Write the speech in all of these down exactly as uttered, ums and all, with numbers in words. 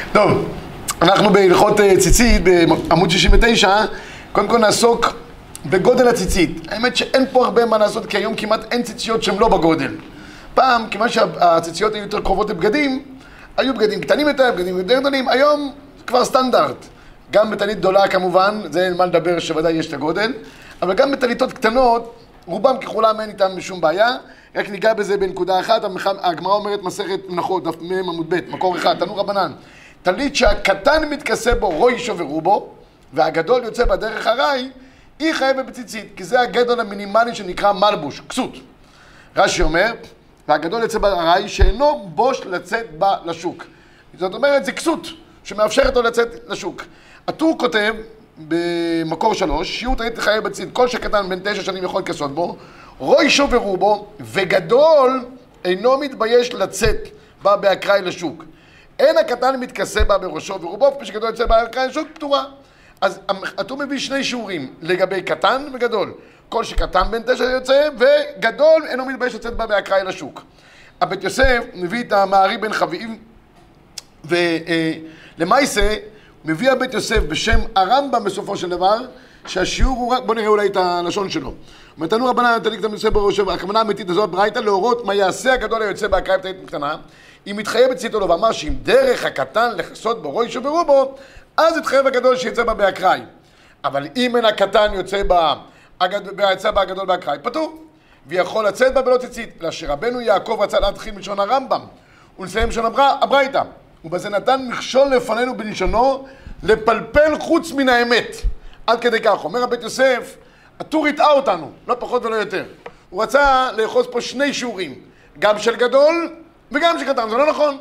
טוב, אנחנו בהלכות ציצית, בעמוד שישים ותשע, קודם כל נעסוק בגודל הציצית. האמת שאין פה הרבה מה לעשות, כי היום כמעט אין ציציות שהן לא בגודל. פעם, כמעט שהציציות היו יותר קרובות לבגדים, היו בגדים קטנים יותר, בגדים יותר גדולים, היום כבר סטנדרט. גם בטלית גדולה כמובן, זה אין מה לדבר שוודאי יש את הגודל, אבל גם בטליתות קטנות, רובם ככולם אין איתם משום בעיה, רק ניגע בזה בנקודה אחת, הגמרא אומרת מסכת מנחות, דף מ' עמוד ב', מקור אחד, תנו רבנן. טלית שהקטן מתכסה בו רוישו ורובו, והגדול יוצא בדרך הרי, היא חייבת בציצית, כי זה הגדול המינימלי שנקרא מלבוש, כסות. רש"י אומר, והגדול יוצא בדרך שאינו בוש לצאת בה לשוק. זאת אומרת, זה כסות שמאפשרת לו לצאת לשוק. הטור כותב במקור שלוש, שיעור טלית חייב בציצית, כל שקטן בין תשע שנים יכול לכסות בו, רוישו ורובו, וגדול אינו מתבייש לצאת בה באקראי לשוק. אין הקטן מתכסה בה בראשו ורובו, כפי שגדול יוצא באקראי לשוק, פתורה. אז הטור מביא שני שיעורים לגבי קטן וגדול. כל שקטן בין תשע יוצא, וגדול אינו מתבייש לצאת בה באקראי לשוק. הבית יוסף מביא את המערי בן חביב, ולמעשה מביא הבית יוסף בשם הרמב"ם בסופו של דבר, שהשיעור הוא רק, בוא נראה אולי את הלשון שלו. מתנו רבנן טלית מתכסה בראשו, הכוונה האמיתית הזאת ברייתא להורות מה יעשה הגדול היוצא באקראי בטלית קטנה, אם מתחייב בציצית או לא, ואמר שאם דרך הקטן לכסות בו רוישו ורובו, אז יתחייב הגדול שיצא בה באקראי. אבל אם אין הקטן יוצא בה, יצא בה הגדול באקראי, פטור. ויכול לצאת בה בלא ציצית. אלא שרבנו יעקב רצה להתחיל מלשון הרמב"ם, ולסיים מלשון הברייתא. ובזה נתן מכשול לפנינו בלשונו, לפלפל חוץ מן האמת. עד כדי כך. אומר הבית יוסף, הטור הטעה אותנו, לא פחות ולא יותר. הוא רצה לאחוז פה שני שיעורים, גם של גדול וגם של קטן, זה לא נכון.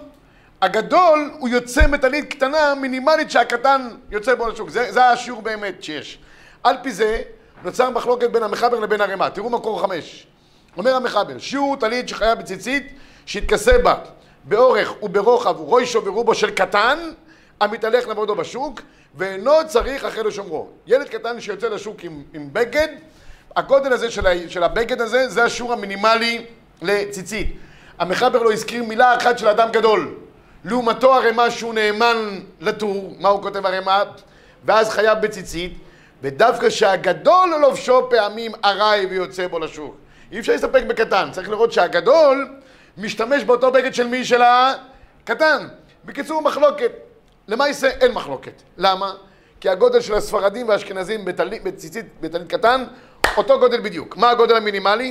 הגדול הוא יוצא מטלית קטנה מינימלית שהקטן יוצא בו לשוק, זה, זה השיעור באמת שיש. על פי זה נוצר מחלוקת בין המחבר לבין הרמ"א. תראו מקור חמש. אומר המחבר, שיעור טלית שחייב בציצית שיתכסה בה באורך וברוחב ורוישו ורובו של קטן המתהלך לבדו בשוק, ואינו צריך אחרי לשומרו. ילד קטן שיוצא לשוק עם, עם בגד, הגודל הזה של, ה, של הבגד הזה, זה השיעור המינימלי לציצית. המחבר לא הזכיר מילה אחת של אדם גדול. לעומתו הרמ"א שהוא נאמן לטור, מה הוא כותב הרמ"א? ואז חייב בציצית, ודווקא שהגדול לא לובשו פעמים ארעי ויוצא בו לשוק. אי אפשר להסתפק בקטן, צריך לראות שהגדול משתמש באותו בגד של מי? של הקטן. בקיצור מחלוקת. למעשה אין מחלוקת. למה? כי הגודל של הספרדים והאשכנזים בטלית, בציצית, בטלית קטן, אותו גודל בדיוק. מה הגודל המינימלי?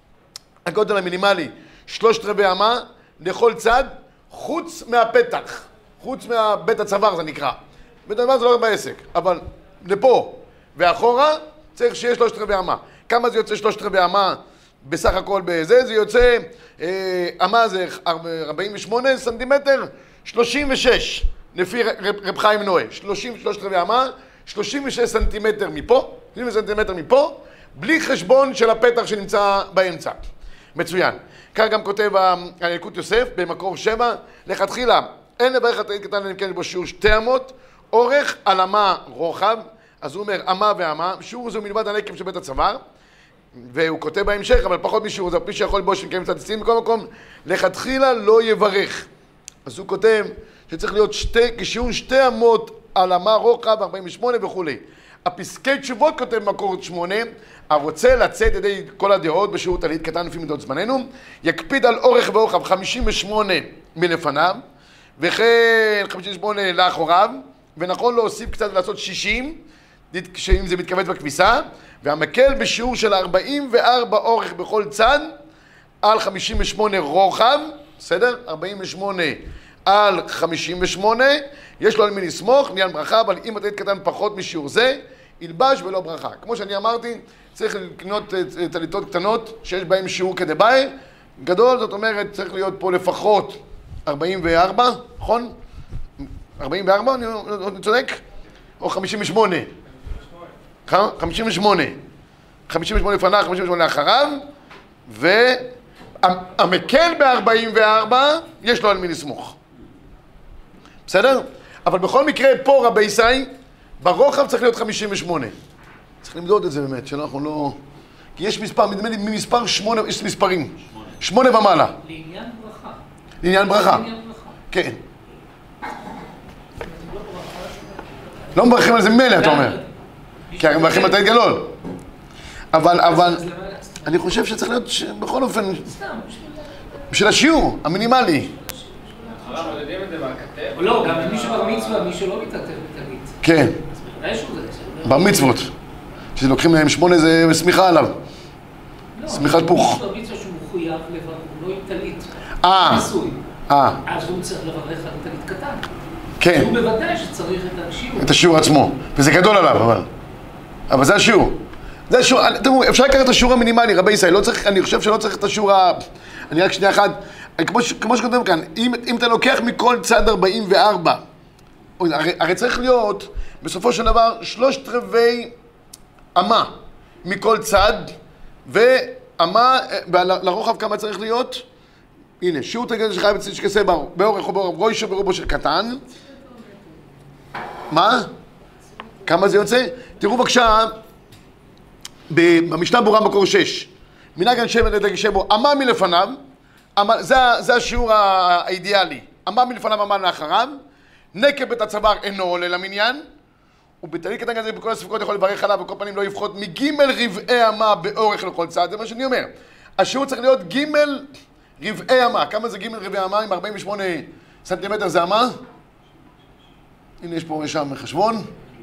הגודל המינימלי, שלושת רבעי אמה לכל צד, חוץ מהפתח, חוץ מהבית הצוואר זה נקרא. בית הצוואר זה לא בעסק, אבל לפה ואחורה צריך שיהיה שלושת רבעי אמה. כמה זה יוצא שלושת רבעי אמה בסך הכל בזה? זה יוצא, אה, אמה זה ארבעים ושמונה סנטימטר, שלושים ושש לפי רב חיים נועה, שלושים ושלושת רבעי אמה, שלושים ושש סנטימטר מפה, שלושים ושש סנטימטר מפה, בלי חשבון של הפתח שנמצא באמצע. מצוין. כך גם כותב הילקוט יוסף במקור שבע, לכתחילה אין לברך הטלית קטן אלא אם כן בו שיעור שתי אמות, אורך על אמה רוחב, אז הוא אומר אמה ואמה, שיעור זה מלבד הנקב של בית הצוואר, והוא כותב בהמשך, אבל פחות משיעור, זה פי שיכול לבוש עם קיים מצד ציצית בכל מקום, לכתחילה לא יברך. אז הוא כותב שצריך להיות שתי, כשיעור שתי אמות על אמה רוחב, ארבעים ושמונה וכולי. הפסקי תשובות כותב במקור שמונה, הרוצה לצאת ידי כל הדעות בשיעור טלית קטן לפי מידות זמננו, יקפיד על אורך ואורחב חמישים ושמונה מלפניו, וכן חמישים ושמונה לאחוריו, ונכון להוסיף קצת ולעשות שישים, אם זה מתכווץ בכביסה, והמקל בשיעור של ארבעים וארבע אורך בכל צד, על חמישים ושמונה רוחב, בסדר? ארבעים ושמונה על חמישים ושמונה, יש לו על מי לסמוך, עניין ברכה, אבל אם הטלית קטן פחות משיעור זה, ילבש ולא ברכה. כמו שאני אמרתי, צריך לקנות טליתות קטנות שיש בהן שיעור כדבעי, גדול, זאת אומרת, צריך להיות פה לפחות ארבעים וארבע, נכון? ארבעים וארבע, אני צודק? או חמישים ושמונה? חמישים ושמונה. חמישים ושמונה לפניו, חמישים ושמונה לאחריו, והמקל ב-ארבעים וארבע, יש לו על מי לסמוך. בסדר? אבל בכל מקרה, פה רבי ישי, ברוחב צריך להיות חמישים ושמונה. צריך למדוד את זה באמת, שאנחנו לא... כי יש מספר, נדמה לי, ממספר שמונה, יש מספרים. שמונה ומעלה. לעניין ברכה. לעניין ברכה. לעניין ברכה. כן. לא מברכים על זה מלא, אתה אומר. כי הרי מברכים על טלית גדול. אבל, אבל, אני חושב שצריך להיות בכל אופן, בשביל השיעור, המינימלי. הרב, יודעים את זה מהכתב? לא, גם מישהו בר מצווה, מישהו לא מתעטף בטלית. כן. בוודאי שהוא זה. בר מצוות. שלוקחים להם שמונה זה סמיכה עליו. סמיכת פוך. מישהו בר מצווה שהוא מחויב לברך, הוא לא עם טלית. אה. נשוי. אה. אז הוא צריך לברך על טלית קטן. כן. הוא בוודאי שצריך את השיעור. את השיעור עצמו. וזה גדול עליו, אבל. אבל זה השיעור. זה השיעור, תראו, אפשר לקחת את השיעור המינימלי, רבי ישראל, לא צריך, אני חושב שלא צריך את השיעור ה... אני רק שנייה אחת, כמו, כמו שכותב כאן, אם, אם אתה לוקח מכל צד ארבעים וארבע, הרי, הרי צריך להיות, בסופו של דבר, שלושת רבעי אמה מכל צד, ואמה, לרוחב כמה צריך להיות? הנה, שיעור תגד שחי בצד שכסה באורך או באורך ראש או ברובו של קטן. מה? כמה זה יוצא? תראו בבקשה, במשנה ברורה מקור שש, מנהג אנשי ודגשי בו, אמה מלפניו, זה, זה השיעור האידיאלי, אמה מלפניו, אמה לאחריו, נקב בית הצוואר אינו עולה למניין, ובטלית קטן כזה בכל הספקות יכול לברך עליו, וכל פנים לא יפחות מגימל רבעי אמה באורך לכל צד, זה מה שאני אומר. השיעור צריך להיות גימל רבעי אמה, כמה זה גימל רבעי אמה? עם ארבעים ושמונה סנטימטר זה אמה? הנה יש פה שם חשבון.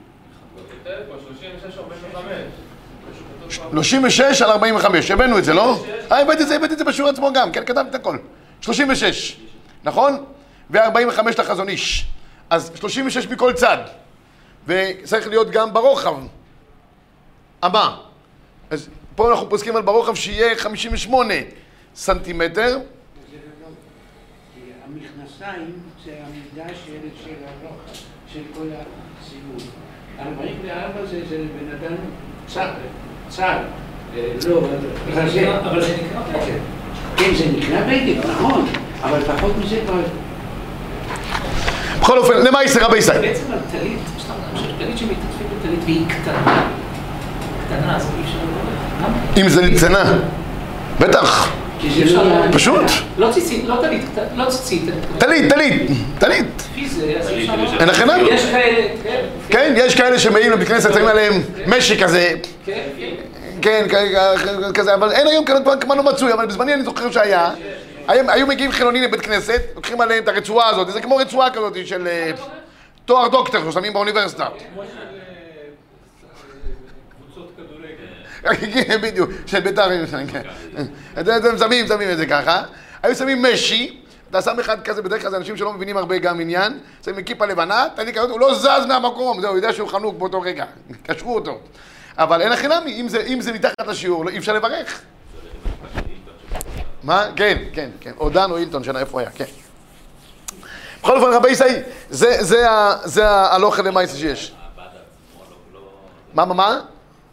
שלושים ושש על ארבעים וחמש, הבאנו את זה, לא? אה, הבאתי את זה, הבאתי את זה בשיעור עצמו גם, כן, כתבתי את הכל. שלושים ושש, נכון? ו-ארבעים וחמש לחזון איש. אז שלושים ושש מכל צד. וצריך להיות גם ברוחב. אמה. אז פה אנחנו פוסקים על ברוחב שיהיה חמישים ושמונה סנטימטר. המכנסיים זה המידה של הרוחב, של כל הסיבוב. ארבעים וארבע זה בן אדם צר. צר, לא, רזה. אבל זה נקרא בגד. כן, זה נקרא בגד, נכון, אבל פחות מזה כבר... בכל אופן, למה יסר רבי ישראל? בעצם על טלית, טלית שמתעטפים בטלית והיא קטנה. קטנה, אז אי אפשר לברך. אם זה קטנה, בטח. פשוט. לא ציצית, לא טלית, לא ציצית. טלית, טלית, טלית. פיזה, אז אי אפשר לברך. אין לכם? יש כאלה, כן. כן, יש כאלה שמאים לבית כנסת, שמים עליהם משי כזה. כן, כן. כן, כזה, אבל אין היום כמה לא מצוי, אבל בזמני אני זוכר שהיה. היו מגיעים חילונים לבית כנסת, לוקחים עליהם את הרצועה הזאת, זה כמו רצועה כזאת של תואר דוקטור, ששמים באוניברסיטה. כן, בדיוק, של בית"ר, אתם שמים, שמים את זה ככה. היו שמים משי, אתה שם אחד כזה, בדרך כלל זה אנשים שלא מבינים הרבה גם עניין, שמים כיפה לבנה, תן לי כזאת, הוא לא זז מהמקום, זהו, הוא יודע שהוא חנוק באותו רגע, קשרו אותו. אבל אין הכי נמי, אם זה מתחת לשיעור, אי אפשר לברך. מה? כן, כן, כן, או דן או אילטון, שנה איפה היה, כן. בכל אופן, רבי ישראל, זה ההלוך למעשה שיש. מה, מה, מה?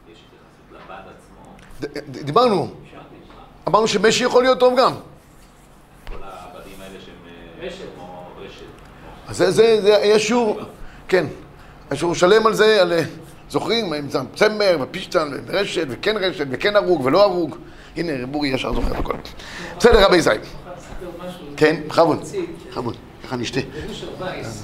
דיברנו, אמרנו שמשי יכול להיות טוב גם. כל העבדים האלה שהם כמו רשת. אז זה, יש שיעור, כן, יש שיעור שלם על זה, על זוכרים, צמר ופישטן ורשת וכן רשת וכן הרוג ולא הרוג. הנה, בורי ישר זוכר הכל. בסדר, רבי ישראל. כן, בכבוד, בכבוד, ככה נשתה. בראש הרבייס,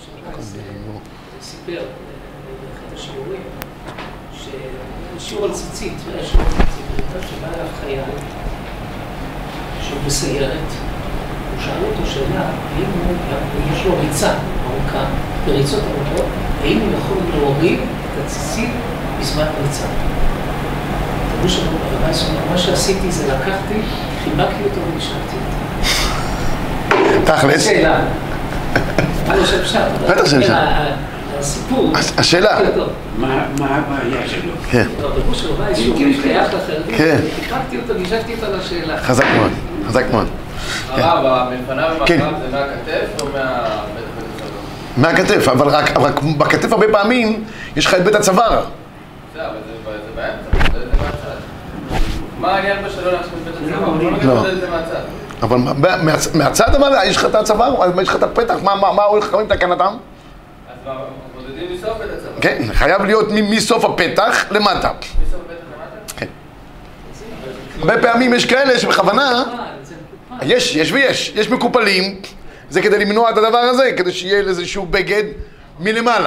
סיפר באחד השיעורים, שיעור על ציצית, שבא אליו חייל, שהוא בסיירת, הוא שאל אותו שאלה, האם יש לו ריצה ארוכה, בריצות ארוכות, האם הוא יכול להוריד את הציצית בזמן ריצה? תראו שאנחנו ברבייס, מה שעשיתי זה לקחתי, חיבקתי אותו ונשארתי אותו. תכלס. שאלה. מה חושב שם? בטח שאפשר. הסיפור. השאלה. מה הבעיה שלו? כן. לא, בראש הרבייס שהוא שייך לחרדים, כן. חיבקתי אותו, נשארתי אותו לשאלה. חזק מאוד, חזק מאוד. הרב, המלפניו ומאחריו זה מהכתף או מהבית? מהכתף, אבל רק בכתף הרבה פעמים יש לך את בית הצוואר. זה, אבל זה באמצע, זה מהצד. מה העניין בשלו להשמיד בית הצוואר? בוא נגיד את זה מהצד. אבל מהצד אבל יש לך את הצוואר, יש לך את הפתח, מה הולך חכמים תקנתם? אז מודדים מסוף בית הצוואר. כן, חייב להיות מסוף הפתח למטה. מסוף הפתח למטה? כן. הרבה פעמים יש כאלה שבכוונה, יש, יש ויש, יש מקופלים, זה כדי למנוע את הדבר הזה, כדי שיהיה איזשהו בגד מלמעלה.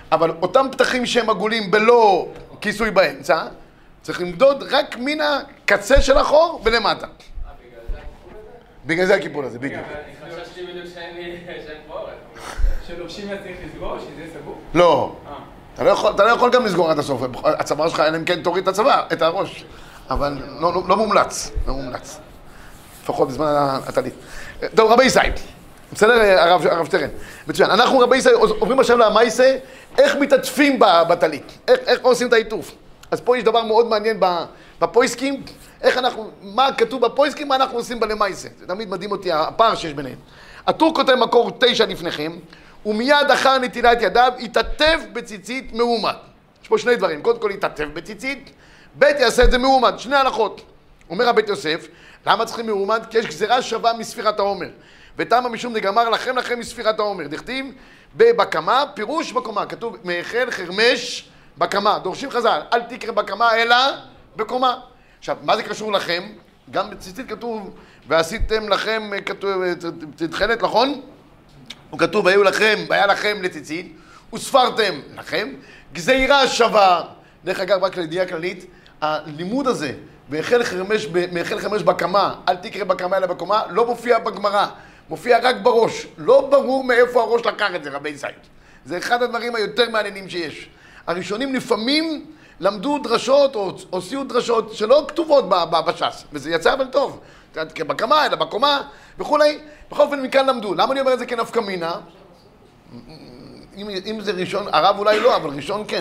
אבל אותם פתחים שהם עגולים בלא כיסוי באמצע, צריך למדוד רק מן הקצה של החור ולמטה. בגלל זה הקיפול הזה, בדיוק. אני חששתי בדיוק שאין פורט. שלובשים את צריך לסגור, שזה יהיה סגור? לא. אתה לא יכול גם לסגור עד הסוף. הצוואר שלך, אלא אם כן תוריד את הצוואר, את הראש. אבל לא מומלץ, לא מומלץ. לפחות בזמן הטלית. טוב, רבי ישראל. בסדר, הרב שטרן. מצוין. אנחנו רבי ישראל עוברים עכשיו למעשה, איך מתעטפים בטלית. איך עושים את העיטוף. אז פה יש דבר מאוד מעניין בפויסקים. איך אנחנו, מה כתוב בפויסקים, מה אנחנו עושים בלמעשה. זה תמיד מדהים אותי, הפער שיש ביניהם. הטור כותב מקור תשע לפניכם, ומיד אחר נטילת ידיו יתעטף בציצית מאומד. יש פה שני דברים, קודם כל יתעטף בציצית, ב' יעשה את זה מאומד, שני הלכות. אומר הבית יוסף, למה צריכים מאומד? כי יש גזירה שווה מספירת העומר. ותמה משום דגמר לכם לכם מספירת העומר. דכתיב בבקמה, פירוש בקומה, כתוב מאכל חרמש בקמה. דורשים חז"ל, אל תקרא בקמה אלא בקומה. עכשיו, מה זה קשור לכם? גם בציצית כתוב, ועשיתם לכם, כתוב, תתחלת, נכון? הוא כתוב, והיו לכם, והיה לכם לציצית, וספרתם לכם, גזירה שווה. דרך אגב, רק לידיעה כללית, הלימוד הזה, מאכל חרמש, מאכל חרמש בקמה, אל תקרא בקמה אלא בקומה, לא מופיע בגמרא, מופיע רק בראש. לא ברור מאיפה הראש לקח את זה, רבי ישראל. זה אחד הדברים היותר מעניינים שיש. הראשונים לפעמים למדו דרשות או הוציאו דרשות שלא כתובות בש"ס, וזה יצא אבל טוב. בקמה אלא בקומה וכולי. בכל אופן מכאן למדו. למה אני אומר את זה כנפקא מינה? אם, אם זה ראשון, הרב אולי לא, אבל ראשון כן.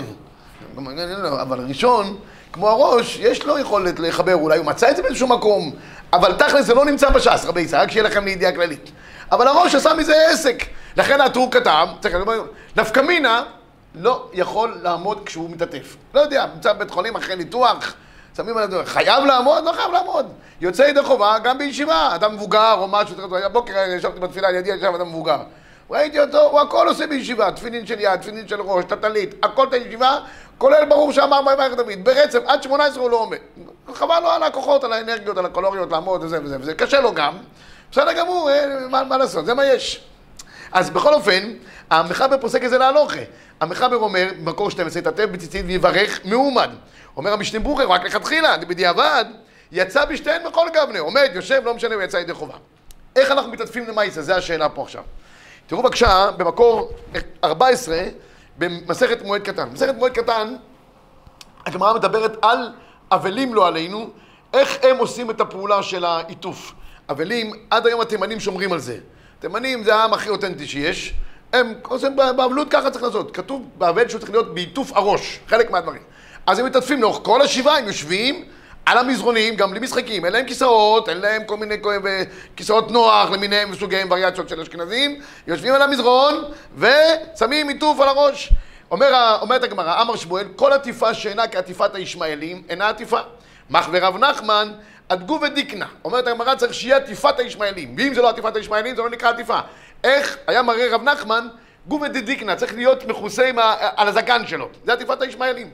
אבל ראשון, כמו הראש, יש לו יכולת לחבר, אולי הוא מצא את זה באיזשהו מקום, אבל תכל'ס זה לא נמצא בש"ס, רבי ישראל, רק שיהיה לכם לידיעה כללית. אבל הראש עשה מזה עסק. לכן הטור כתב, נפקא מינה לא יכול לעמוד כשהוא מתעטף. לא יודע, נמצא בבית חולים אחרי ניתוח, שמים על זה, חייב לעמוד? לא חייב לעמוד. יוצא ידי חובה גם בישיבה, אדם מבוגר או משהו, בוקר ישבתי בתפילה, לידי ישב אדם מבוגר. ראיתי אותו, הוא הכל עושה בישיבה, תפילין של יד, תפילין של ראש, טלית, הכל את הישיבה, כולל ברור שאמר מערכת דוד, ברצף, עד שמונה עשרה הוא לא עומד. חבל לו על הכוחות, על האנרגיות, על הקלוריות, לעמוד וזה וזה וזה, קשה לו גם. בסדר גמור, מה, מה לעשות, זה מה יש. אז בכל אופן, המחבר פוסק את זה להלוכה. המחבר אומר, במקור שתים עשרה, יתעטף בציצית ויברך מאומד. אומר המשנה ברורה, רק לכתחילה, בדיעבד, יצא בשתיהן בכל גבנה, עומד, יושב, לא משנה, הוא יצא ידי חובה. איך אנחנו מתעטפים למעשה? זו השאלה פה עכשיו. תראו בבקשה, במקור ארבע עשרה, במסכת מועד קטן. במסכת מועד קטן, הגמרא מדברת על אבלים לא עלינו, איך הם עושים את הפעולה של העיטוף. אבלים, עד היום התימנים שומרים על זה. תימנים זה העם הכי אותנטי שיש. הם עושים באבלות, ככה צריך לעשות. כתוב באבל שהוא צריך להיות בעיטוף הראש, חלק מהדברים. אז הם מתעטפים לאורך כל השבעה, הם יושבים על המזרונים, גם בלי משחקים, אין להם כיסאות, אין להם כל מיני כיסאות נוח למיניהם וסוגיהם וריאציות של אשכנזים, יושבים על המזרון ושמים עיטוף על הראש. אומר, אומרת הגמרא, אמר שמואל, כל עטיפה שאינה כעטיפת הישמעאלים, אינה עטיפה. מחווה רב נחמן, עדגו ודיקנה. אומרת הגמרא, צריך שיהיה עטיפת הישמעאלים, ואם זה לא עטיפת הישמעאלים, זה לא נקרא עטיפה. איך היה מראה רב נחמן, גו ודיקנה, צריך להיות מכוסה על הזקן שלו. זה עטיפת הישמעאלים.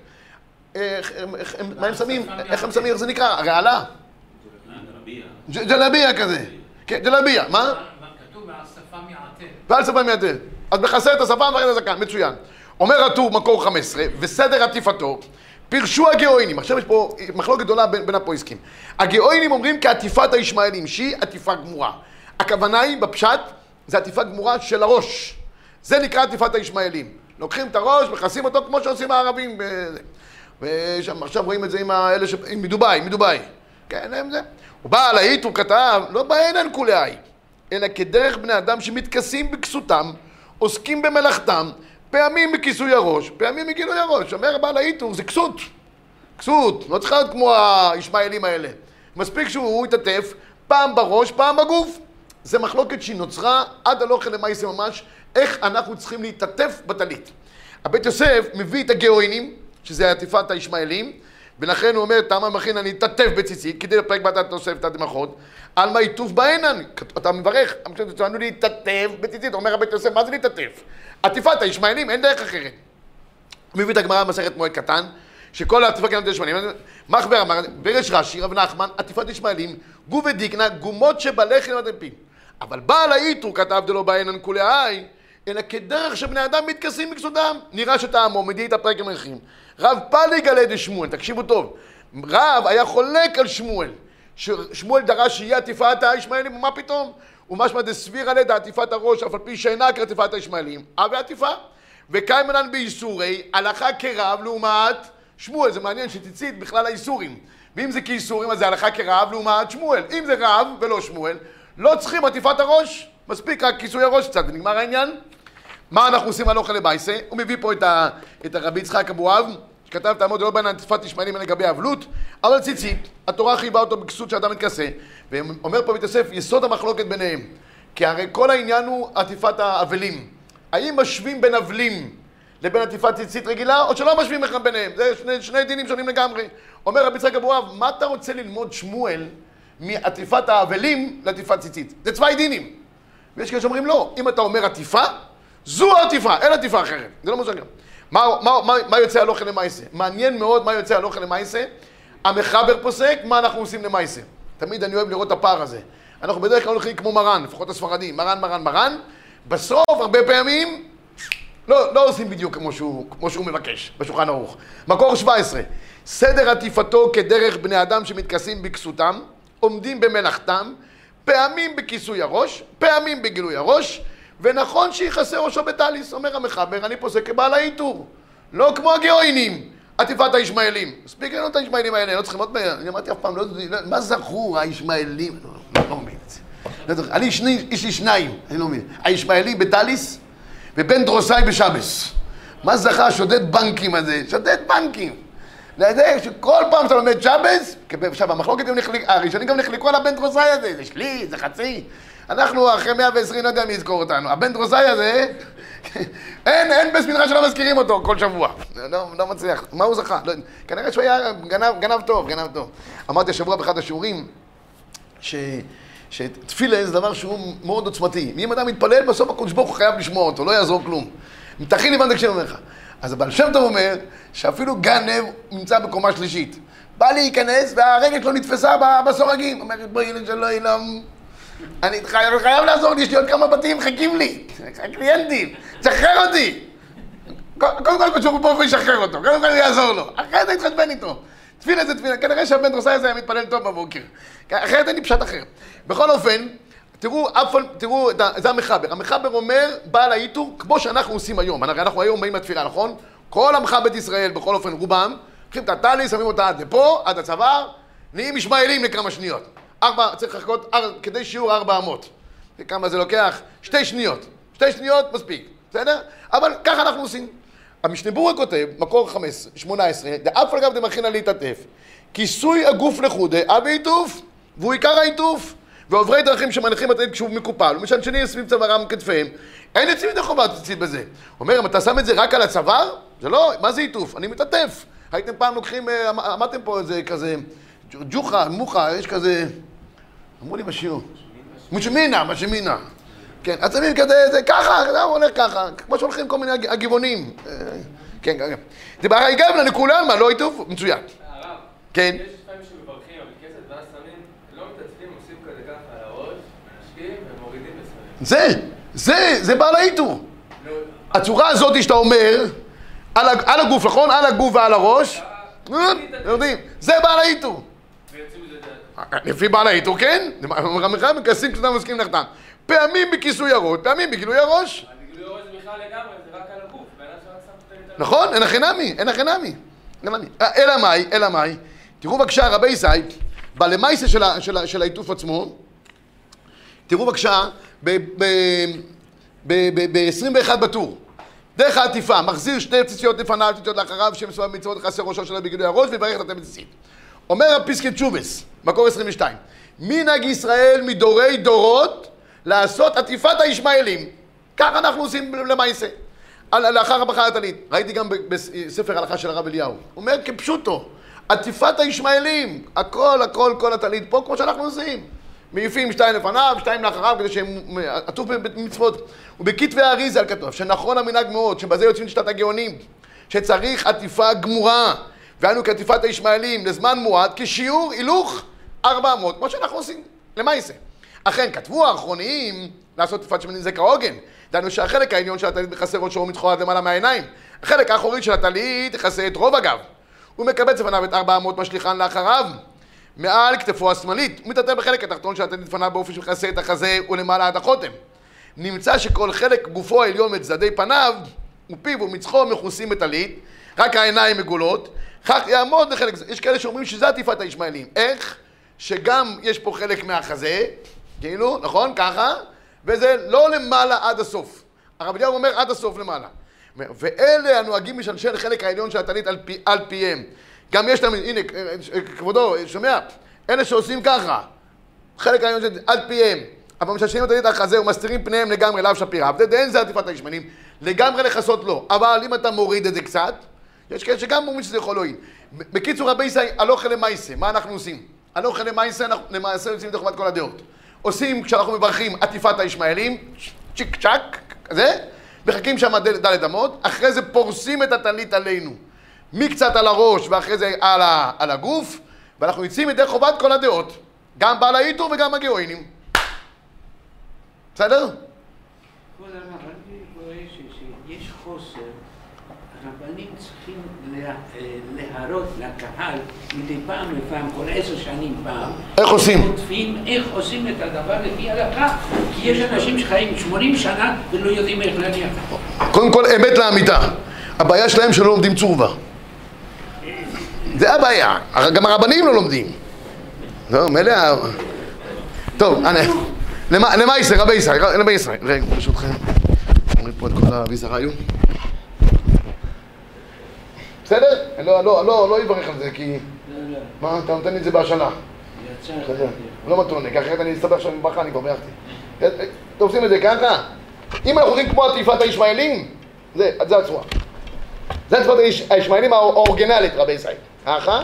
מה הם שמים? איך הם שמים? איך זה נקרא? הרעלה? ג'לביה. ג'לביה כזה. כן, ג'לביה. מה? כתוב ועל שפה מעטה. ועל שפה מעטה. אז מכסה את השפה ומראה את הזקן. מצוין. אומר הטור מקור חמש עשרה, וסדר עטיפתו, פירשו הגאוינים. עכשיו יש פה מחלוקת גדולה בין הפויסקים. הגאוינים אומרים כעטיפת הישמעאלים, שהיא עטיפה גמורה. הכוונה היא בפשט, זה עטיפה גמורה של הראש. זה נקרא עטיפת הישמעאלים. לוקחים את הראש, מכסים אותו כמו שעושים הערבים. ועכשיו רואים את זה עם האלה ש... מדובאי, מדובאי. כן, הם זה. הוא בא על העית, הוא כתב, לא בעינן כולי, אלא כדרך בני אדם שמתכסים בכסותם, עוסקים במלאכתם, פעמים בכיסוי הראש, פעמים בגילוי הראש. אומר בעל העית, זה כסות. כסות. לא צריך להיות כמו הישמעאלים האלה. מספיק שהוא יתעטף פעם בראש, פעם בגוף. זה מחלוקת שהיא נוצרה עד הלוכה למעשה ממש, איך אנחנו צריכים להתעטף בטלית. הבית יוסף מביא את הגאוינים, שזה עטיפת הישמעאלים, ולכן הוא אומר, תמה מכין אני אתעטף בציצית, כדי לפרק בתת תוספת הדמחות, על מה עיטוף בעינן, אתה מברך, אמרנו להתעטף בציצית, אומר הבית יוסף, מה זה להתעטף? עטיפת הישמעאלים, אין דרך אחרת. הוא מביא את הגמרא במסכת מועד קטן, שכל העטיפה כאן הישמעאלים, מחבר אמר, ברש רש"י, רב נחמן, עטיפת ישמעאלים, גו ודיקנה, גומות שבלחם עד פיו. אבל בעל העית הוא כתב דלא בעינן כולי, אלא כדרך שבני אדם מתכסים בכסותם. נראה שטעמו, מדיעי את הפרק המלכים. רב פליג על ידי שמואל, תקשיבו טוב. רב היה חולק על שמואל. שמואל דרש שיהיה עטיפת הישמעאלים, ומה פתאום? ומשמע דסביר על ידי עטיפת הראש, אף על פי שאינה כעטיפת הישמעאלים. אבי עטיפה. וקיימנן באיסורי, הלכה כרב לעומת שמואל. זה מעניין שתצית בכלל האיסורים. ואם זה כאיסורים, אז זה הלכה כרב לעומת שמואל. אם זה רב ולא שמואל, לא צריכים עטיפת הראש. מספיק רק כיסוי הראש קצת, ונגמר העניין. מה אנחנו עושים על אוכל למעשה? הוא מביא פה את, ה, את הרבי יצחק אבואב, שכתב תעמוד לא בין עטיפת ישמעאלים לגבי אבלות, אבל ציצית, התורה חייבה אותו בכסות שאדם מתכסה, ואומר פה מתאסף יסוד המחלוקת ביניהם, כי הרי כל העניין הוא עטיפת האבלים. האם משווים בין אבלים לבין עטיפת ציצית רגילה, או שלא משווים אחד ביניהם? זה שני, שני דינים שונים לגמרי. אומר רבי יצחק אבואב, מה אתה רוצה ללמוד שמואל מעטיפת האבלים לעטיפת ציצית? זה צווי דינים. ויש כאלה שאומרים לא, אם אתה אומר עטיפה, זו עטיפה, אין עטיפה אחרת. זה לא מוזר גם. מה, מה, מה, מה יוצא על אוכל למעשה? מעניין מאוד מה יוצא על אוכל למעשה. המחבר פוסק, מה אנחנו עושים למעשה. תמיד אני אוהב לראות את הפער הזה. אנחנו בדרך כלל הולכים כמו מרן, לפחות הספרדים, מרן, מרן, מרן. בסוף, הרבה פעמים, לא, לא עושים בדיוק כמו שהוא, כמו שהוא מבקש, בשולחן ערוך. מקור שבע עשרה. סדר עטיפתו כדרך בני אדם שמתכסים בכסותם, עומדים במלאכתם, פעמים בכיסוי הראש, פעמים בגילוי הראש, ונכון שיחסה ראשו בטליס. אומר המחבר, אני פוסק כבעל העיטור. לא כמו הגאוינים, עטיפת הישמעאלים. מספיק לנו את הישמעאלים האלה, לא צריכים עוד מה... אני אמרתי אף פעם, לא, לא, מה זכור הישמעאלים? לא, לא, לא מבין את זה. לא זוכר. אני שני, יש לי שניים, אני לא מבין. הישמעאלי בטליס ובן דרוסאי בשבס. מה זכר שודד בנקים הזה? שודד בנקים. לידי שכל פעם שאתה לומד שבס, עכשיו המחלוקת הם נחלק, הראשונים גם נחלקו על הבן דרוסאי הזה, זה שלי, זה חצי. אנחנו אחרי מאה ועשרים לא יודע מי יזכור אותנו. הבן דרוסאי הזה, אין, אין בית מדרש שלא מזכירים אותו כל שבוע. לא, לא מצליח. מה הוא זכה? לא, כנראה שהוא היה גנב, גנב טוב, גנב טוב. אמרתי השבוע באחד השיעורים, ש... שתפילה זה דבר שהוא מאוד עוצמתי. אם אדם מתפלל, בסוף הקדוש ברוך הוא חייב לשמוע אותו, לא יעזור כלום. תכין לבן תקשיב ממך. אז הבעל שם טוב אומר שאפילו גנב נמצא בקומה שלישית. בא להיכנס והרגל שלו נתפסה בסורגים. אומרת, בואי ילד שלא אילם. אני חייב, חייב לעזור לי, יש לי עוד כמה בתים, מחכים לי. קליינטים, תשחרר אותי. קודם כל, קודם כל, ברוך הוא ישחרר אותו. קודם כל, הוא יעזור לו. אחרת אני אתחשבן איתו. תפילה זה תפילה. כנראה שהבן דרוסאי הזה היה מתפלל טוב בבוקר. אחרת אין לי פשט אחר. בכל אופן, תראו, תראו, זה המחבר. המחבר אומר, בעל העיטור, כמו שאנחנו עושים היום. הרי אנחנו היום באים לתפילה, נכון? כל עמך בית ישראל, בכל אופן, רובם, לוקחים את הטלי, שמים אותה עד לפה, עד הצוואר, נהיים ישמעאלים לכמה שניות. ארבע, צריך לחכות, כדי שיעור ארבע אמות. וכמה זה לוקח? שתי שניות. שתי שניות מספיק, בסדר? אבל ככה אנחנו עושים. המשנה ברורה כותב, מקור חמש, שמונה עשרה, דאף על גב דמכינה להתעטף, כיסוי הגוף לחודה, אבי עיטוף, והוא עיקר העיטוף, ועוברי דרכים שמניחים את העיט כשהוא מקופל, ומשן שני סביב צווארם כתפיהם, אין יוצאים את החובה תציל בזה. אומר, אם אתה שם את זה רק על הצוואר, זה לא, מה זה עיטוף? אני מתעטף. הייתם פעם לוקחים, אמרתם פה איזה כזה, ג'וחה, מוחה, יש כזה, אמרו לי בשיעור, משמינה, משמינה. כן, אז שמים כזה, זה ככה, זה הולך ככה, כמו שהולכים כל מיני הגבעונים. כן, כן. זה בעיה גבלה לכולם, מה, לא עיטוף? מצוין. הרב, כן. יש לפעמים שמברכים, אבל כסף ואז שמים, לא מתעצבים, עושים כזה ככה על הראש, מנשקים ומורידים בסדר. זה, זה, זה בעל העיטור. הצורה הזאת שאתה אומר, על הגוף, נכון? על הגוף ועל הראש, יודעים, זה בעל העיטור. לפי בעל העיטור, כן? המחאה מכסים כשאתם מסכים נחתם. פעמים בכיסוי הראש, פעמים בגילוי הראש. בגילוי הראש זה בכלל לגמרי, זה רק על הגוף. נכון, אין הכי נמי, אין הכי נמי. אלא מאי, אלא מאי. תראו בבקשה, רבי ישי, בלמייסה של העיטוף עצמו, תראו בבקשה, ב-עשרים ואחד בטור. דרך העטיפה, מחזיר שתי ציציות לפניו, ציציות לאחריו, שם סבב מצוות חסר ראשו שלה בגילוי הראש, ויברך את התם ציצית. אומר הפסקי תשובס, מקור עשרים ושתיים, מנהג ישראל מדורי דורות לעשות עטיפת הישמעאלים. כך אנחנו עושים למעשה. לאחר הבחר הטלית. ראיתי גם בספר הלכה של הרב אליהו. הוא אומר כפשוטו, עטיפת הישמעאלים, הכל, הכל, כל הטלית פה, כמו שאנחנו עושים. מעיפים שתיים לפניו, שתיים לאחריו, כדי שהם עטוף במצוות. ובכתבי האריזה על כתוב, שנכון המנהג מאוד, שבזה יוצאים שיטת הגאונים, שצריך עטיפה גמורה, ואנו כעטיפת הישמעאלים לזמן מועד, כשיעור הילוך ארבע מאות, כמו שאנחנו עושים למעשה. אכן, כתבו האחרוניים, לעשות עטיפת שמנים זה כהוגן. דהיינו שהחלק העליון של הטלית מכסה ראשו מתחור עד למעלה מהעיניים. החלק האחורי של הטלית יכסה את רוב הגב. הוא מקבץ לפניו את ארבע אמות משליכן לאחריו. מעל כתפו השמאלית. הוא מתעטף בחלק התחתון של הטלית לפניו באופן שמכסה את החזה ולמעלה עד החותם. נמצא שכל חלק גופו העליון מצדדי פניו ופיו ומצחו מכוסים בטלית, רק העיניים מגולות, כך יעמוד לחלק זה. יש כאלה שאומרים שזה עטיפת הישמעאלים. איך? שגם יש פה חלק מהחזה, כאילו, נכון? ככה, וזה לא למעלה עד הסוף. הרב אליהו אומר עד הסוף למעלה. ואלה הנוהגים משלשל חלק העליון של הטלית על, פי, על פיהם. גם יש להם, הנה, כבודו, שומע? אלה שעושים ככה, חלק העליון של על פיהם, אבל משלשלים את הטלית על החזה ומסתירים פניהם לגמרי לאו שפיריו. זה אין זה עטיפת הישמעאלים. לגמרי לכסות לא. אבל אם אתה מוריד את זה קצת, יש כאלה שגם אומרים שזה יכול להועיל. בקיצור, רבי ישראל, הלוך למעשה, מה אנחנו עושים? הלוך למעשה, אנחנו למעשה עושים את חובת כל הדעות. עושים, כשאנחנו מברכים, עטיפת הישמעאלים, צ'יק צ'ק, כזה, מחכים שם דלת אמות, אחרי זה פורסים את הטלית עלינו. מקצת על הראש ואחרי זה על, ה, על הגוף, ואנחנו יוצאים ידי חובת כל הדעות. גם בעל האיתור וגם הגאוינים. בסדר? כבוד הרב, אני רואה שיש חוסר. הרבנים צריכים להראות לקהל מדי פעם לפעם, כל עשר שנים פעם. איך עושים? כותבים איך עושים את הדבר לפי הלכה. כי יש אנשים שחיים שמונים שנה ולא יודעים איך להניח. קודם כל, אמת לאמיתה. הבעיה שלהם שלא לומדים צורבה. זה הבעיה. גם הרבנים לא לומדים. לא, מלא... טוב, אני... למה ישראל? רבי ישראל, רבי ישראל. רגע, ברשותכם. אומרים פה את כל הוויזריו. בסדר? לא, לא, לא, לא יברך על זה, כי... מה? אתה נותן לי את זה בהשאלה. לא מתונה, כי אחרת אני אסתבר עכשיו מבכה, אני כבר ביחתי. אתם עושים את זה ככה? אם אנחנו עושים כמו עטיפת הישמעאלים, זה, זה הצורה. זה עטיפת הישמעאלים האורגינלית, רבי ישראל. ככה?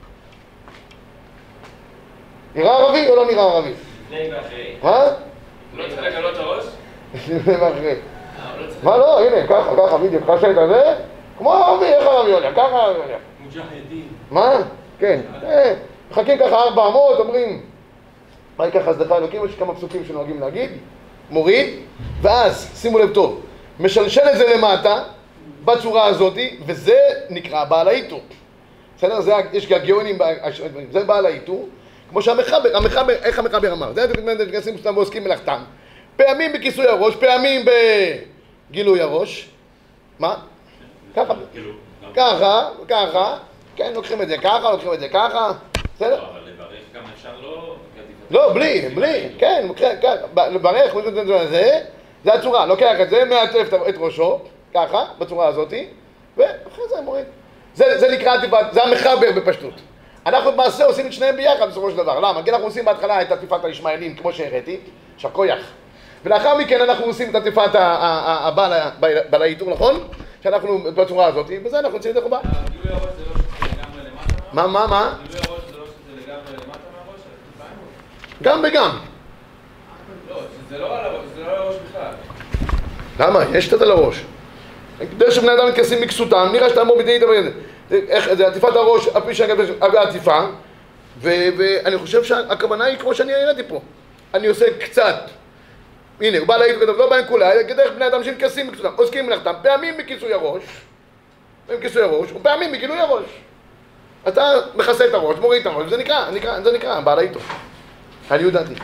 נראה ערבי או לא נראה ערבי? לפני ואחרי. מה? לא צריך לגלות הראש? לפני ואחרי. מה לא? הנה, ככה, ככה, בדיוק. ככה את זה? כמו ערבי, איך ערבי עולה? ככה ערבי עולה. מוג'הדים. מה? כן. מחכים ככה ארבע אמות, אומרים, מה ייקח הסדפה אלוקים? יש כמה פסוקים שנוהגים להגיד, מוריד, ואז, שימו לב טוב, משלשל את זה למטה, בצורה הזאת, וזה נקרא בעל האיתור. בסדר? זה, יש גאונים, זה בעל האיתור, כמו שהמחבר, המחבר, איך המחבר אמר? זה אתם מתכנסים סתם ועוסקים מלאכתם. פעמים בכיסוי הראש, פעמים בגילוי הראש. מה? ככה, ככה, ככה, כן, לוקחים את זה ככה, לוקחים את זה ככה, בסדר? אבל לברך גם אפשר לא... לא, בלי, בלי, כן, כן, לברך, זה, זה הצורה, לוקח את זה, מעטף את ראשו, ככה, בצורה הזאת, ואחרי זה מוריד. זה נקרא, זה המחבר בפשטות. אנחנו במעשה עושים את שניהם ביחד בסופו של דבר, למה? כי אנחנו עושים בהתחלה את עטיפת הישמעאלים, כמו שהראיתי, שכוייך. ולאחר מכן אנחנו עושים את עטיפת הבעל האיתור, נכון? שאנחנו בצורה הזאת, וזה אנחנו עושים את החובה. גילוי הראש זה לא שזה לגמרי למטה מהראש? מה, מה, מה? גילוי הראש זה לא שזה לגמרי למטה מהראש? גם וגם. לא, זה לא על הראש בכלל. למה? יש קצת על הראש. כדי שבני אדם מתכנסים מכסותם, נראה שאתה אמור בדיוק דבר את זה. זה עטיפת הראש, הפי שאני אגב העטיפה, ואני חושב שהכוונה היא כמו שאני הראיתי פה. אני עושה קצת. הנה, הוא בא להעיד וכתוב, לא בהם כולה, כדרך בני אדם שמתכסים מכסותם, עוסקים מלאכתם, פעמים בכיסוי הראש, בכיסוי הראש, ופעמים בגילוי הראש. אתה מכסה את הראש, מוריד את הראש, זה נקרא, זה נקרא, בעל האיתור. אני יודעתי.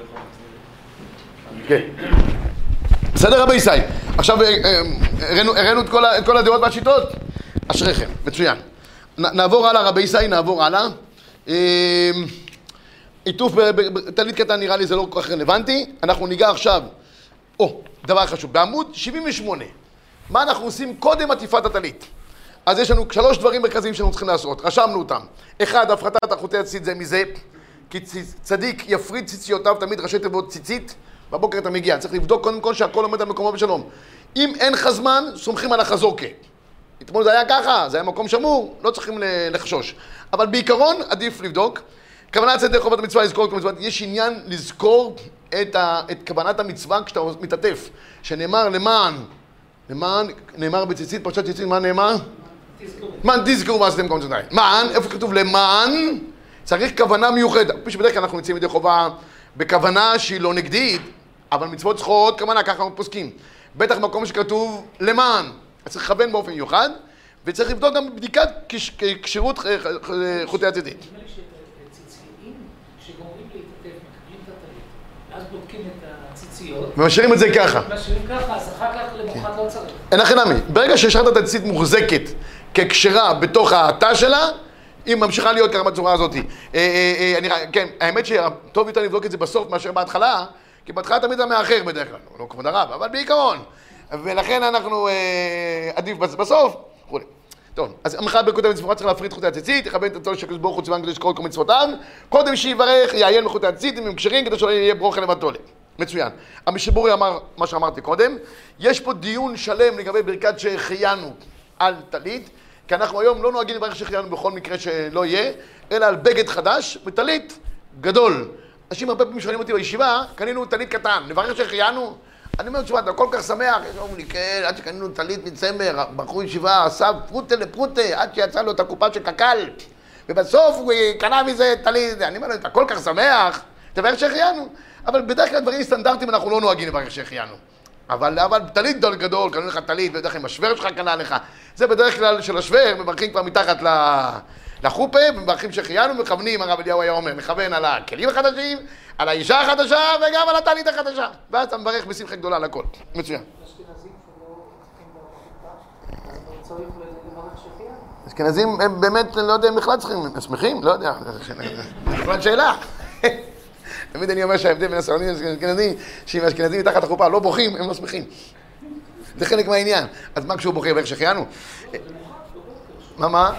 כן. בסדר רבי ישראל. עכשיו הראינו את כל הדעות והשיטות. אשריכם, מצוין. נעבור הלאה רבי ישראל, נעבור הלאה. עיטוף בטלית קטן נראה לי זה לא כל כך רלוונטי. אנחנו ניגע עכשיו, או, דבר חשוב, בעמוד שבעים ושמונה. מה אנחנו עושים קודם עטיפת הטלית? אז יש לנו שלוש דברים מרכזיים שאנחנו צריכים לעשות, רשמנו אותם. אחד, הפחתת החוטי הציצית זה מזה, כי צדיק יפריד ציציותיו תמיד ראשי תיבות ציצית, בבוקר אתה מגיע, צריך לבדוק קודם כל שהכל עומד על מקומו בשלום. אם אין לך זמן, סומכים על החזוקה. אתמול זה היה ככה, זה היה מקום שמור, לא צריכים לחשוש. אבל בעיקרון עדיף לבדוק. כוונת צדק חובת המצווה לזכור את המצווה, יש עניין לזכור את, ה, את כוונת המצווה כשאתה מתעטף, שנאמר למען, למען, נאמר בציצית, פרשת ציצית, מה נאמר? תזכרו. למען תזכרו מה עשיתם כל שנתיים. מען, איפה כתוב למען? צריך כוונה מיוחדת. כפי שבדרך כלל אנחנו נמצאים ידי חובה בכוונה שהיא לא נגדית, אבל מצוות צריכות, כמובן, ככה אנחנו פוסקים. בטח מקום שכתוב למען. אז צריך לכוון באופן מיוחד, וצריך לבדוק גם בדיקת כשירות חוטי הציצית. נדמה לי שציציים, כשגומרים להתעטף, מקבלים את הטלית, אז בודקים את הציציות. ומשאירים את זה ככה. משאירים ככה, אז אחר כך למוחרת לא צריך. אין הכי נמי. ברגע שהשארת את הציצית מוחזקת כקשרה בתוך התא שלה, היא ממשיכה להיות ככה בצורה הזאת. כן, האמת שטוב יותר לבדוק את זה בסוף מאשר בהתחלה, כי בהתחלה תמיד זה מאחר בדרך כלל, לא כבוד הרב, אבל בעיקרון. ולכן אנחנו עדיף בסוף. טוב, אז המחבר כותב מצוות צריך להפריד חוטי הציצית, יכוון את הצורך של הקדוש ברוך הוא ציווה כדי שקרוא כל מצוותיו, קודם שיברך, יעיין בחוטי הציצית, אם הם כשרים, כדי שלא יהיה ברוכה לבטלה. מצוין. המשבורי אמר מה שאמרתי קודם, יש פה דיון שלם לגבי ברכת שהחיינו על טלית, כי אנחנו היום לא נוהגים לברך שהחיינו בכל מקרה שלא יהיה, אלא על בגד חדש וטלית גדול. אנשים הרבה פעמים שואלים אותי בישיבה, קנינו טלית קטן, נברך שהחיינו? אני אומר, תשמע, אתה כל כך שמח, יש אומרים לי, כן, עד שקנינו טלית מצמר, בחור ישיבה עשה פרוטה לפרוטה, עד שיצא לו את הקופה של קקל, ובסוף הוא קנה מזה טלית, אני אומר לו, אתה כל כך שמח, תברך שהחיינו. אבל בדרך כלל דברים סטנדרטיים אנחנו לא נוהגים לברך שהחיינו. אבל, אבל טלית גדול גדול, קנו לך טלית, בדרך כלל השוור שלך קנה לך. זה בדרך כלל של השוור, מברכים כבר מתחת לחופה, ומברכים שהחיינו, מכוונים, הרב אליהו היה אומר, מכוון על הכלים החדשים, על האישה החדשה וגם על הטלית החדשה. ואז אתה מברך בשמחה גדולה על הכל. מצוין. אשכנזים הם באמת, לא יודע, הם בכלל צריכים, הם שמחים? לא יודע, בכלל שאלה. תמיד אני אומר שההבדל בין הספרדים לאשכנזים, שאם האשכנזים מתחת החופה לא בוכים, הם לא שמחים. זה חלק מהעניין. אז מה כשהוא בוכה ואיך שהחיינו? מה, מה?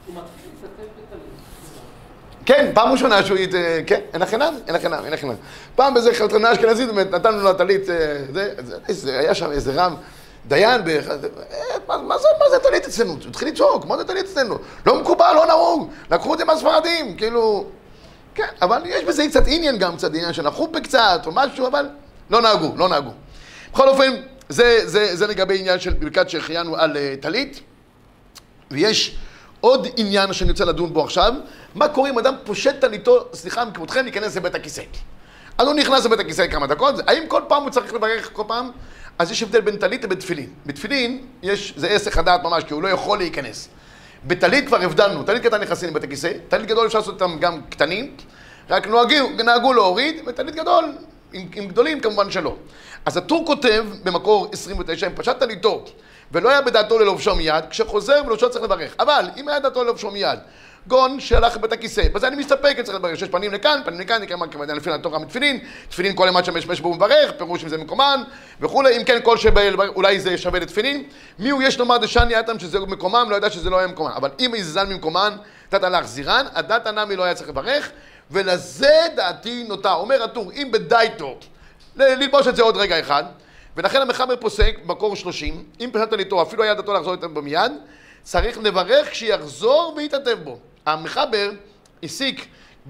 כן, פעם ראשונה שהוא ית... כן, אין הכנז, אין הכנז, אין הכנז. פעם בזה חתונה אשכנזית, באמת, נתנו לו הטלית, זה, היה שם איזה רב, דיין, מה זה, מה זה טלית אצלנו? הוא התחיל לצעוק, מה זה טלית אצלנו? לא מקובל, לא נהוג, לקחו את זה מהספרדים, כאילו... כן, אבל יש בזה קצת עניין גם, קצת עניין שנחו בקצת או משהו, אבל לא נהגו, לא נהגו. בכל אופן, זה, זה, זה לגבי עניין של ברכת שהחיינו על טלית, ויש עוד עניין שאני רוצה לדון בו עכשיו, מה קורה אם אדם פושט טליתו, סליחה מכבודכם, להיכנס לבית הכיסא. אז הוא נכנס לבית הכיסא כמה דקות, האם כל פעם הוא צריך לברך כל פעם? אז יש הבדל בין טלית לבין תפילין. בתפילין יש, זה עסק הדעת ממש, כי הוא לא יכול להיכנס. בטלית כבר הבדלנו, טלית קטן נכנסים לבית הכיסא, טלית גדול אפשר לעשות אותם גם קטנים, רק נוהגו, נהגו להוריד, וטלית גדול, עם, עם גדולים כמובן שלא. אז הטור כותב במקור עשרים ותשע, אם פשט טליתו, ולא היה בדעתו ללובשו מיד, כשחוזר ולובשו צריך לברך. אבל אם היה דעתו ללובשו מיד, גון שהלך לבית הכיסא, בזה אני מסתפק, צריך לברך, שיש פנים לכאן, פנים לכאן, נקרא כמובן לפי התורה מתפילין, תפילין כל אימת שמשמש בו מברך, פירוש אם זה מקומן, וכולי, אם כן כל שבא, אולי זה שווה לתפילין. מי הוא יש לומר דשני אתם שזה מקומם, לא ידע שזה לא היה מקומן, אבל אם יזזן ממקומן, דעת להחזירן, הדעת הנמי לא היה צריך לברך, ולזה דעתי נוטה. אומר הטור, אם בדייתו, ללבוש את זה עוד רגע אחד, ולכן המחבר פוסק, מקור שלושים, אם פשט טליתו, אפילו היה דעתו לחזור איתו במיד, צריך לברך כשיחזור ויתעטף בו. המחבר הסיק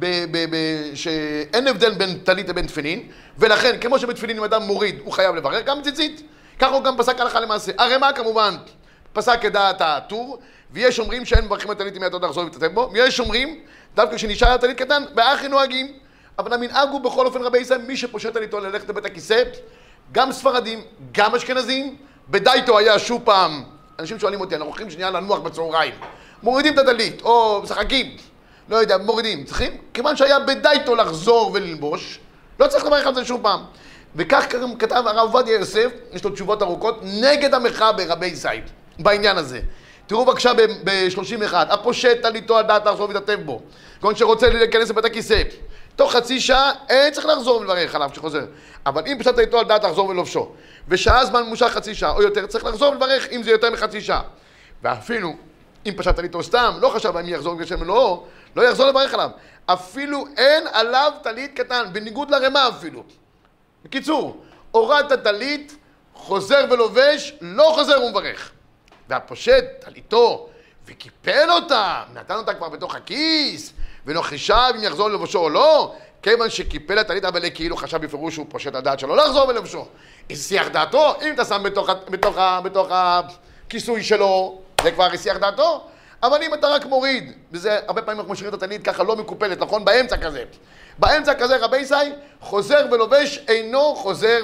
שאין הבדל בין טלית לבין תפילין, ולכן, כמו שבתפילין אם אדם מוריד, הוא חייב לברך, גם ציצית. ככה הוא גם פסק הלכה למעשה. הרמ"א כמובן פסק כדעת הטור, ויש אומרים שאין מברכים על טלית אם יתעטף לחזור ויתעטף בו, ויש אומרים, דווקא כשנשאר הטלית קטן, באחי נוהגים. אבל המנהג הוא בכל אופן רבי ישראל, מי שפושט טליתו ללכת לבית הכיסא, גם ספרדים, גם אשכנזים, בדייתו היה שוב פעם, אנשים שואלים אותי, אנחנו הולכים שנייה לנוח בצהריים, מורידים את הטלית, או משחקים, לא יודע, מורידים, צריכים? כיוון שהיה בדייתו לחזור וללבוש, לא צריך לברך על זה שוב פעם. וכך כתב הרב עובדיה יוסף, יש לו תשובות ארוכות, נגד המחבר רבי ישראל, בעניין הזה. תראו בבקשה ב-שלושים ואחת, הפושט טליתו על דעת לחזור ולהתעטף בו, כיוון שרוצה להיכנס לבית הכיסא, תוך חצי שעה אין צריך לחזור ולברך עליו שחוזר. אבל אם פשט טליתו על דעת לחזור ולובשו, ושעה זמן ממושך חצי שעה או יותר, צריך לחזור ולברך אם זה יותר מחצי שעה. ואפילו אם פשט טליתו סתם, לא חשב אם יחזור גשם לא, לא יחזור לברך עליו. אפילו אין עליו טלית קטן, בניגוד לרמ"א אפילו. בקיצור, הורד את הטלית, חוזר ולובש, לא חוזר ומברך. והפושט טליתו וקיפל אותה, נתן אותה כבר בתוך הכיס, ולא חישב אם יחזור ללבשו או לא, כיוון שקיפל את הטלית, אבל כאילו חשב בפירוש שהוא פושט הדעת שלו, לא לחזור ולבשו. הסיח דעתו, אם אתה שם בתוך, בתוך, בתוך הכיסוי שלו, זה כבר הסיח דעתו, אבל אם אתה רק מוריד, וזה הרבה פעמים אנחנו משאירים את הטלית ככה לא מקופלת, נכון? באמצע כזה. באמצע כזה רבי ישי, חוזר ולובש אינו חוזר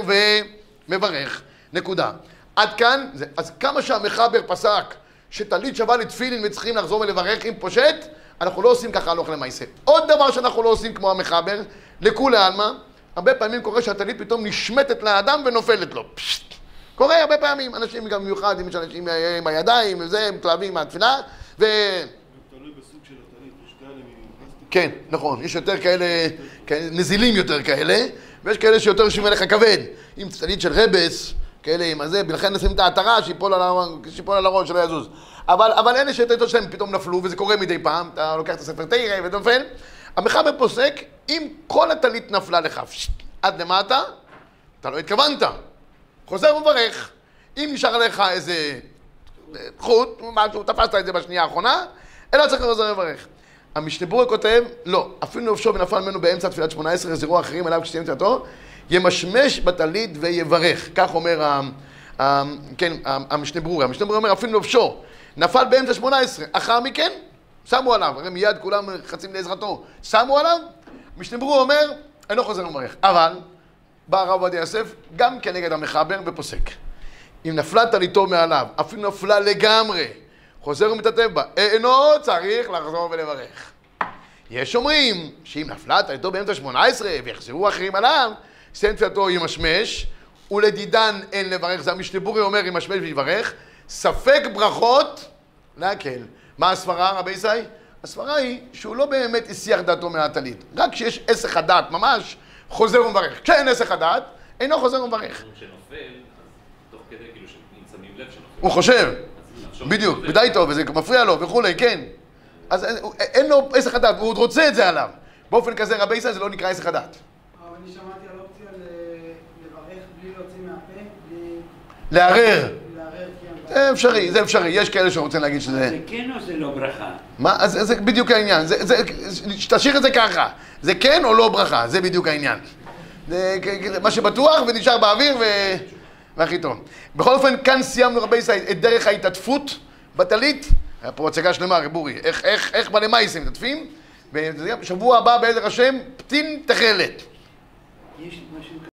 ומברך. נקודה. עד כאן, זה, אז כמה שהמחבר פסק שטלית שווה לתפילין וצריכים לחזור ולברך עם פושט, אנחנו לא עושים ככה הלוך למעשה. עוד דבר שאנחנו לא עושים כמו המחבר, לכולי עלמא, הרבה פעמים קורה שהטלית פתאום נשמטת לאדם ונופלת לו. פשט. קורה הרבה פעמים, אנשים גם במיוחד, אם יש אנשים עם הידיים וזה, מתלהבים מהתפילה, ו... תלוי בסוג של הטלית, יש כאלה מפלסטיק. כן, נכון, יש יותר כאלה, כאלה, נזילים יותר כאלה, ויש כאלה שיותר יושבים עליך כבד. אם טלית של רבס, כאלה עם הזה, ולכן נשים את העטרה שיפול על, שיפול על הראש, שלא יזוז. אבל, אבל אלה שהטליתות שלהם פתאום נפלו, וזה קורה מדי פעם, אתה לוקח את הספר תראה ונופל, המחבר פוסק, אם כל הטלית נפלה לך עד למטה, אתה לא התכוונת. חוזר ומברך. אם נשאר לך איזה חוט, משהו, תפסת את זה בשנייה האחרונה, אלא צריך לחזור ומברך. המשנה ברורה כותב, לא, אפילו נפשו ונפל ממנו באמצע תפילת שמונה עשרה, החזירו אחרים עליו כשסיים תפילתו, ימשמש בטלית ויברך. כך אומר, ה, ה, כן, המשנה ברורה. המשנה ברורה אומר, אפילו נפשו נפל באמצע שמונה עשרה, אחר מכן, שמו עליו, הרי מיד כולם חצים לעזרתו, שמו עליו, המשנה ברורה אומר, אינו חוזר ומברך. אבל, בא הרב עובדיה יוסף, גם כנגד המחבר ופוסק. אם נפלה טליתו מעליו, אפילו נפלה לגמרי, חוזר ומתעטף בה, אינו צריך לחזור ולברך. יש אומרים שאם נפלה טליתו באמצע שמונה עשרה ויחזרו אחרים עליו, סיים תפילתו ימשמש, ולדידן אין לברך, זה המשנה ברורה אומר ימשמש ויברך, ספק ברכות להקל. מה הסברה רבי ישי? הסברה היא שהוא לא באמת הסיח דעתו מהטלית, רק כשיש הסח הדעת ממש, חוזר ומברך. כשאין הסח הדעת, אינו חוזר ומברך. כשנופל, אז תוך כדי כאילו ששמים לב שנופל. הוא חושב, בדיוק, ודאי טוב, וזה מפריע לו וכולי, כן. אז אין לו הסח הדעת, הוא עוד רוצה את זה עליו. באופן כזה רבי ישי זה לא נקרא הסח הדעת. אבל אני שמעתי על אופציה לברך בלי להוציא מהפה, בלי... לערער. לערער, כן. זה אפשרי, זה אפשרי. יש כאלה שרוצים להגיד שזה... זה כן או זה לא ברכה? מה? אז זה בדיוק העניין. זה, זה, תשאיר את זה ככה. זה כן או לא ברכה, זה בדיוק העניין. זה מה שבטוח ונשאר באוויר ו... והכי טוב. בכל אופן, כאן סיימנו רבי ישי את דרך ההתעטפות בטלית. היה פה הצגה שלמה, רב אורי. איך, איך, איך בלמייסים מתעטפים. ובשבוע הבא בעזר השם, פתין תכלת. יש משהו